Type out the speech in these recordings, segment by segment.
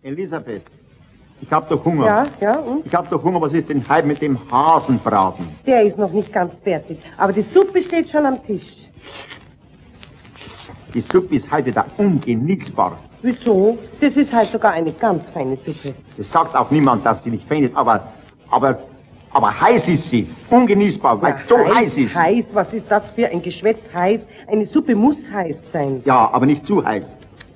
Elisabeth, ich hab doch Hunger. Ja, ja, und? Ich hab doch Hunger, was ist denn heute mit dem Hasenbraten? Der ist noch nicht ganz fertig, aber die Suppe steht schon am Tisch. Die Suppe ist heute da ungenießbar. Wieso? Das ist halt sogar eine ganz feine Suppe. Das sagt auch niemand, dass sie nicht fein ist, aber heiß ist sie. Ungenießbar, weil es so heiß ist. Heiß, was ist das für ein Geschwätz heiß? Eine Suppe muss heiß sein. Ja, aber nicht zu heiß.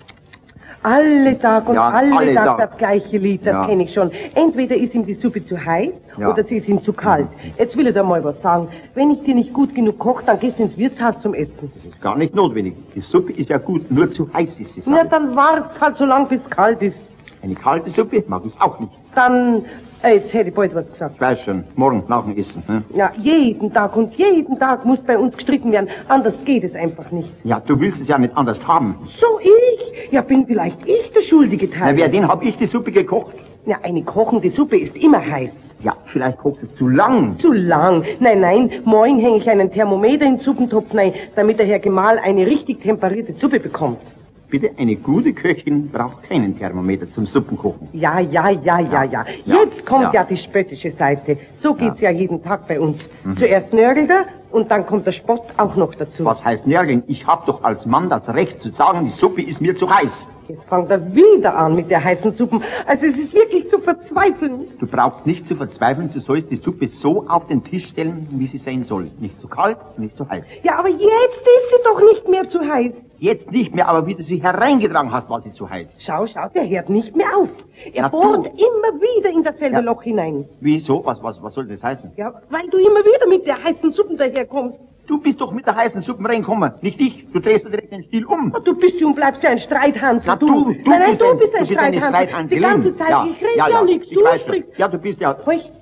Alle Tag und Ja, alle Tag das gleiche Lied, das Ja. kenne ich schon. Entweder ist ihm die Suppe zu heiß Ja. oder sie ist ihm zu kalt. Jetzt will ich dir mal was sagen. Wenn ich dir nicht gut genug koche, dann gehst du ins Wirtshaus zum Essen. Das ist gar nicht notwendig. Die Suppe ist ja gut, nur zu heiß ist sie. Na, dann wart's halt so lang, bis es kalt ist. Eine kalte Suppe mag ich auch nicht. Dann, jetzt hätte ich bald was gesagt. Ich weiß schon, morgen nach dem Essen. Ne? Ja, jeden Tag muss bei uns gestritten werden. Anders geht es einfach nicht. Ja, du willst es ja nicht anders haben. So ich? Ja, bin vielleicht ich der schuldige Teil. Na, wer den hab ich die Suppe gekocht? Ja, eine kochende Suppe ist immer heiß. Ja, vielleicht kochst es zu lang. Zu lang. Nein, morgen hänge ich einen Thermometer in den Suppentopf rein, damit der Herr Gemahl eine richtig temperierte Suppe bekommt. Bitte, eine gute Köchin braucht keinen Thermometer zum Suppenkochen. Ja. Jetzt kommt ja die spöttische Seite. So geht's ja jeden Tag bei uns. Zuerst nörgelt er und dann kommt der Spott auch noch dazu. Was heißt nörgeln? Ich hab doch als Mann das Recht zu sagen, die Suppe ist mir zu heiß. Jetzt fängt er wieder an mit der heißen Suppe. Also es ist wirklich zu verzweifeln. Du brauchst nicht zu verzweifeln, du sollst die Suppe so auf den Tisch stellen, wie sie sein soll. Nicht zu kalt, nicht zu heiß. Ja, aber jetzt ist sie doch nicht mehr zu heiß. Jetzt nicht mehr, aber wie du sie hereingetragen hast, war sie zu heiß. Schau, der hört nicht mehr auf. Er Na, bohrt du. immer wieder in dasselbe Loch hinein. Wieso? Was soll das heißen? Ja, weil du immer wieder mit der heißen Suppe daherkommst. Du bist doch mit der heißen Suppe reingekommen, nicht ich. Du drehst dir direkt den Stiel um. Oh, du bist und bleibst ja ein Streithansel. Ja, du Nein, du bist ein eine Streithansel. Streithanselin. Die ganze Zeit, Ja, ich rede ja, ja nichts, ich du weiß schon. sprichst. Ja, du bist ja... Ruhig.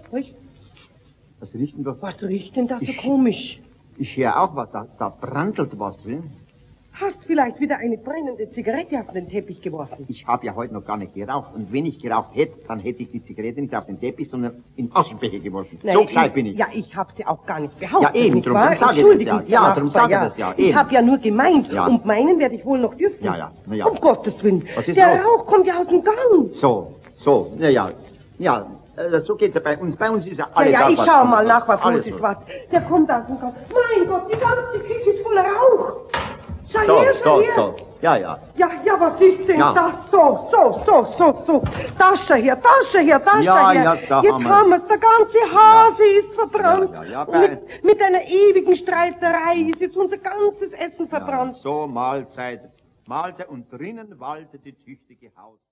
Was riecht denn das? Was riecht denn das so komisch? Ich höre auch was, da brandelt was, will? Hast vielleicht wieder eine brennende Zigarette auf den Teppich geworfen? Ich habe ja heute noch gar nicht geraucht. Und wenn ich geraucht hätte, dann hätte ich die Zigarette nicht auf den Teppich, sondern in den Aschenbecher geworfen. Nein, So gescheit bin ich. Ja, ich habe sie auch gar nicht behauptet. Ja, eben, nicht drum wahr? sage ich Entschuldigen das Sie, ja. Ja, Nachbar, drum sage ich das ja, Ich eben. habe ja nur gemeint. Ja. Und meinen werde ich wohl noch dürfen. Ja, na ja. Um Gottes Willen. Was ist der los? Rauch kommt ja aus dem Gang. So, ja, so geht's ja bei uns. Bei uns ist ja alles Ja, ich was- schau mal nach, was alles los ist. Was? Der kommt aus dem Gang. Mein Gott, die ganze Küche ist voller Rauch. Schau her. So. Ja. Ja, was ist denn Ja. das? So. Tasche her. Ja, da Jetzt haben haben wir's. Der ganze Hase ist verbrannt. Ja, Und mit einer ewigen Streiterei ist jetzt unser ganzes Essen verbrannt. So, Mahlzeit und drinnen waltet die tüchtige Haus.